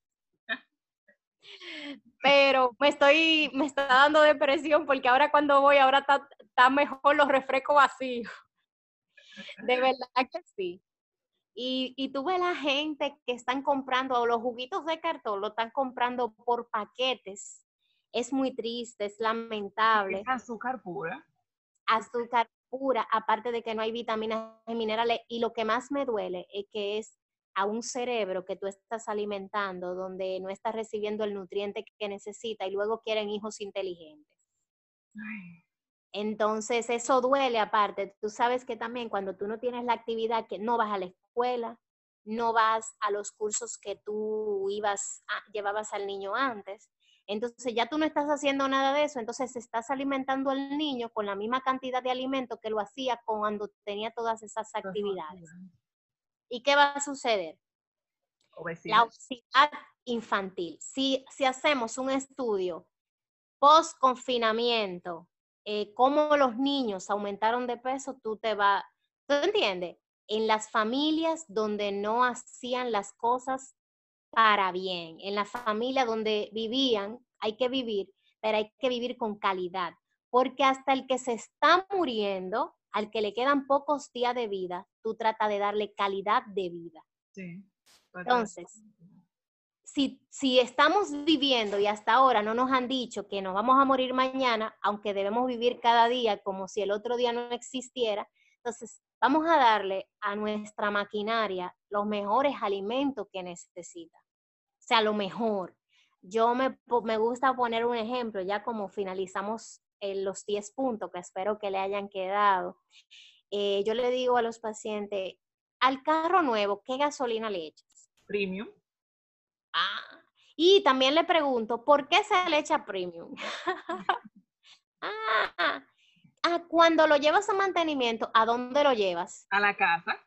Pero me está dando depresión porque ahora cuando voy, ahora está mejor los refrescos vacíos. De verdad que sí. Y tú ves la gente que están comprando los juguitos de cartón, lo están comprando por paquetes. Es muy triste, es lamentable. Es azúcar pura. Azúcar pura, aparte de que no hay vitaminas y minerales. Y lo que más me duele es que es a un cerebro que tú estás alimentando, donde no estás recibiendo el nutriente que necesita y luego quieren hijos inteligentes. Ay. Entonces, eso duele aparte. Tú sabes que también cuando tú no tienes la actividad, que no vas a la escuela, no vas a los cursos que tú llevabas al niño antes, Entonces ya tú no estás haciendo nada de eso, entonces estás alimentando al niño con la misma cantidad de alimento que lo hacía cuando tenía todas esas actividades. ¿Y qué va a suceder? La Obesidad. obesidad infantil. Si hacemos un estudio post-confinamiento, cómo los niños aumentaron de peso, ¿tú entiendes? En las familias donde no hacían las cosas para bien, en la familia donde vivían, hay que vivir, pero hay que vivir con calidad, porque hasta el que se está muriendo, al que le quedan pocos días de vida, tú tratas de darle calidad de vida. Sí. Entonces, si estamos viviendo y hasta ahora no nos han dicho que nos vamos a morir mañana, aunque debemos vivir cada día como si el otro día no existiera, entonces vamos a darle a nuestra maquinaria los mejores alimentos que necesita. O sea, lo mejor. Me gusta poner un ejemplo, ya como finalizamos los 10 puntos que espero que le hayan quedado. Yo le digo a los pacientes, al carro nuevo, ¿qué gasolina le echas? Premium. Ah, y también le pregunto, ¿por qué se le echa premium? Cuando lo llevas a mantenimiento, ¿a dónde lo llevas? A la casa.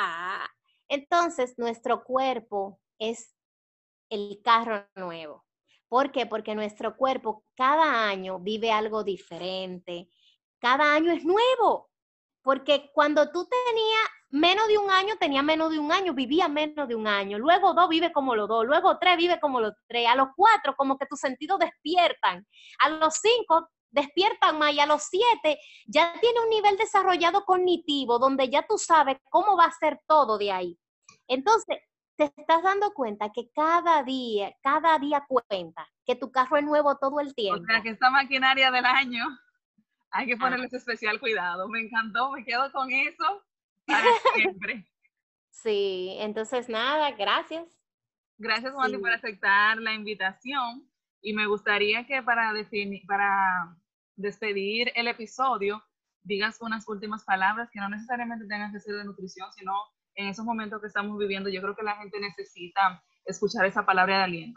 Entonces nuestro cuerpo es el carro nuevo. ¿Por qué? Porque nuestro cuerpo cada año vive algo diferente. Cada año es nuevo. Porque cuando tú tenías menos de un año, tenía menos de un año, vivía menos de un año. Luego 2 vive como los 2, luego 3 vive como los 3. A los 4 como que tus sentidos despiertan. A los 5 despiertan más y a los 7 ya tiene un nivel desarrollado cognitivo donde ya tú sabes cómo va a ser todo de ahí. Entonces, te estás dando cuenta que cada día cuenta, que tu carro es nuevo todo el tiempo. O sea, que esta maquinaria del año hay que ponerles especial cuidado. Me encantó, me quedo con eso para siempre. Sí, entonces nada, gracias. Gracias, Wandy, por aceptar la invitación. Y me gustaría que para despedir el episodio, digas unas últimas palabras que no necesariamente tengan que ser de nutrición, sino en esos momentos que estamos viviendo, yo creo que la gente necesita escuchar esa palabra de aliento.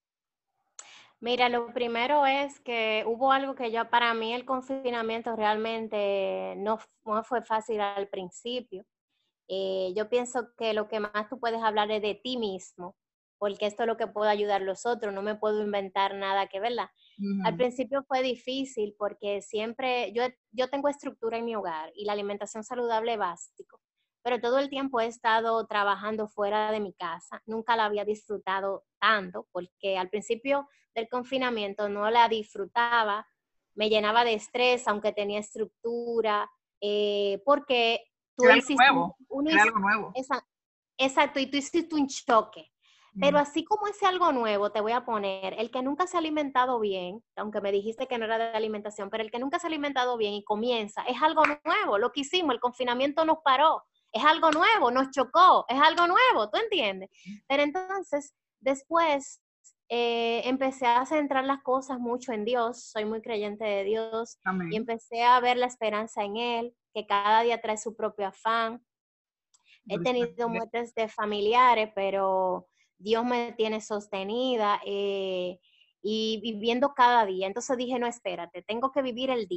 Mira, lo primero es que hubo algo que para mí el confinamiento realmente no fue fácil al principio. Yo pienso que lo que más tú puedes hablar es de ti mismo, porque esto es lo que puede ayudar a los otros, no me puedo inventar nada que verla. Al principio fue difícil porque siempre, yo tengo estructura en mi hogar y la alimentación saludable es básico, pero todo el tiempo he estado trabajando fuera de mi casa, nunca la había disfrutado tanto porque al principio del confinamiento no la disfrutaba, me llenaba de estrés aunque tenía estructura, porque tú Era hiciste algo nuevo. Exacto, y tú hiciste un choque. Pero así como ese algo nuevo, te voy a poner, el que nunca se ha alimentado bien, aunque me dijiste que no era de alimentación, pero el que nunca se ha alimentado bien y comienza, es algo nuevo, lo que hicimos, el confinamiento nos paró, es algo nuevo, nos chocó, es algo nuevo, ¿tú entiendes? Pero entonces, después empecé a centrar las cosas mucho en Dios, soy muy creyente de Dios, Amén. y empecé a ver la esperanza en Él, que cada día trae su propio afán. He tenido muertes de familiares, pero Dios me tiene sostenida y viviendo cada día. Entonces dije, no, espérate, tengo que vivir el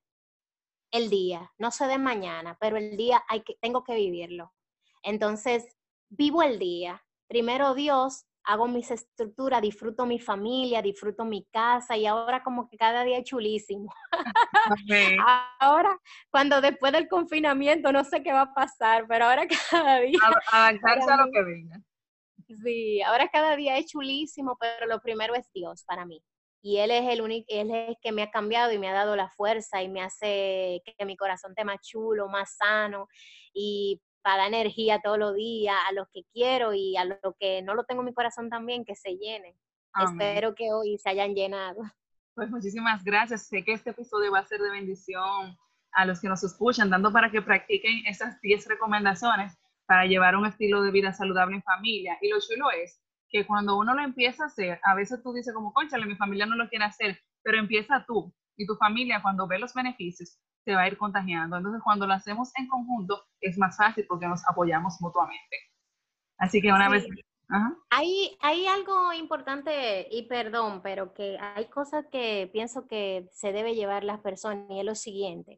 día, no sé de mañana, pero el día tengo que vivirlo. Entonces, vivo el día. Primero Dios, hago mis estructuras, disfruto mi familia, disfruto mi casa y ahora como que cada día es chulísimo. Okay. Ahora, cuando después del confinamiento, no sé qué va a pasar, pero ahora cada día... Adaptarse a lo que venga. Sí, ahora cada día es chulísimo, pero lo primero es Dios para mí. Y Él es el único, Él es el que me ha cambiado y me ha dado la fuerza y me hace que mi corazón esté más chulo, más sano y para dar energía todos los días a los que quiero y a los que no lo tengo en mi corazón también, que se llenen. Amén. Espero que hoy se hayan llenado. Pues muchísimas gracias. Sé que este episodio va a ser de bendición a los que nos escuchan, dando para que practiquen esas 10 recomendaciones para llevar un estilo de vida saludable en familia. Y lo chulo es que cuando uno lo empieza a hacer, a veces tú dices como, cónchale, mi familia no lo quiere hacer, pero empieza tú y tu familia cuando ve los beneficios se va a ir contagiando. Entonces cuando lo hacemos en conjunto es más fácil porque nos apoyamos mutuamente. Así que una vez Ajá. Hay algo importante, y perdón, pero que hay cosas que pienso que se debe llevar las personas, y es lo siguiente.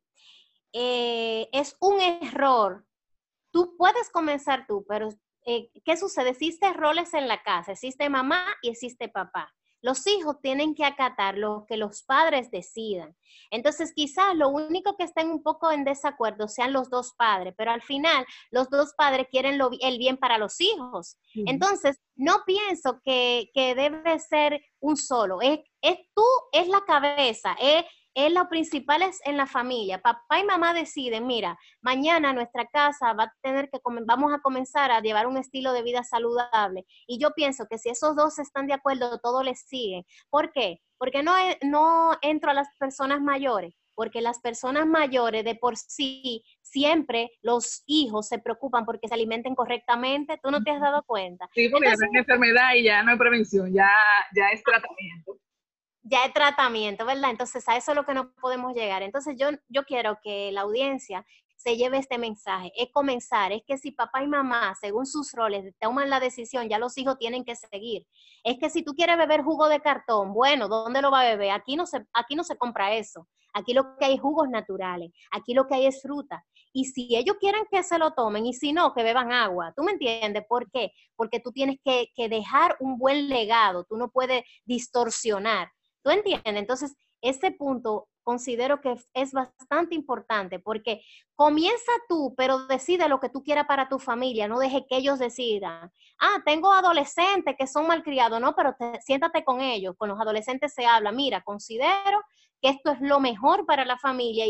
Es un error. Tú puedes comenzar tú, pero ¿qué sucede? Existen roles en la casa, existe mamá y existe papá. Los hijos tienen que acatar lo que los padres decidan. Entonces, quizás lo único que estén un poco en desacuerdo sean los dos padres, pero al final los dos padres quieren el bien para los hijos. Sí. Entonces, no pienso que debe ser un solo. Tú, es la cabeza, es lo principal es en la familia. Papá y mamá deciden, mira, mañana nuestra casa va a tener que vamos a comenzar a llevar un estilo de vida saludable. Y yo pienso que si esos dos están de acuerdo, todo les sigue. ¿Por qué? Porque no entro a las personas mayores, porque las personas mayores de por sí, siempre los hijos se preocupan porque se alimenten correctamente. ¿Tú no te has dado cuenta? Sí, porque ya no Entonces, es enfermedad y ya no hay prevención, ya es tratamiento. ya es tratamiento, ¿verdad? Entonces a eso es lo que no podemos llegar. Entonces yo quiero que la audiencia se lleve este mensaje. Es comenzar, es que si papá y mamá, según sus roles, toman la decisión, ya los hijos tienen que seguir. Es que si tú quieres beber jugo de cartón, bueno, ¿dónde lo va a beber? Aquí no se compra eso. Aquí lo que hay es jugos naturales, aquí lo que hay es fruta. Y si ellos quieren que se lo tomen, y si no, que beban agua. ¿Tú me entiendes? ¿Por qué? Porque tú tienes que dejar un buen legado, tú no puedes distorsionar. ¿Tú entiendes? Entonces, ese punto considero que es bastante importante porque comienza tú, pero decide lo que tú quieras para tu familia, no deje que ellos decidan. Ah, tengo adolescentes que son malcriados, no, pero siéntate con ellos, con los adolescentes se habla, mira, considero que esto es lo mejor para la familia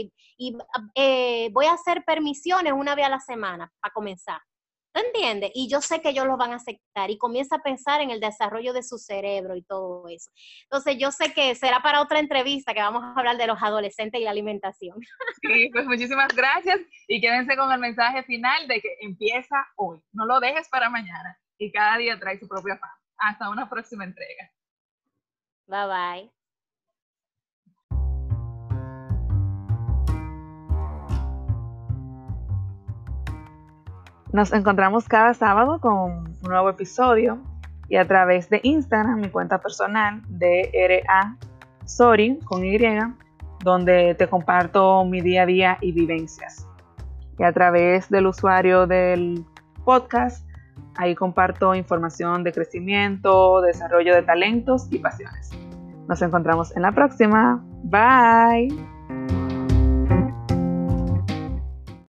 y voy a hacer permisiones una vez a la semana para comenzar. ¿Tú entiendes? Y yo sé que ellos lo van a aceptar y comienza a pensar en el desarrollo de su cerebro y todo eso. Entonces, yo sé que será para otra entrevista que vamos a hablar de los adolescentes y la alimentación. Sí, pues muchísimas gracias y quédense con el mensaje final de que empieza hoy. No lo dejes para mañana y cada día trae su propia paz. Hasta una próxima entrega. Bye bye. Nos encontramos cada sábado con un nuevo episodio y a través de Instagram, mi cuenta personal de DRA Sori con Y, donde te comparto mi día a día y vivencias. Y a través del usuario del podcast, ahí comparto información de crecimiento, desarrollo de talentos y pasiones. Nos encontramos en la próxima. Bye.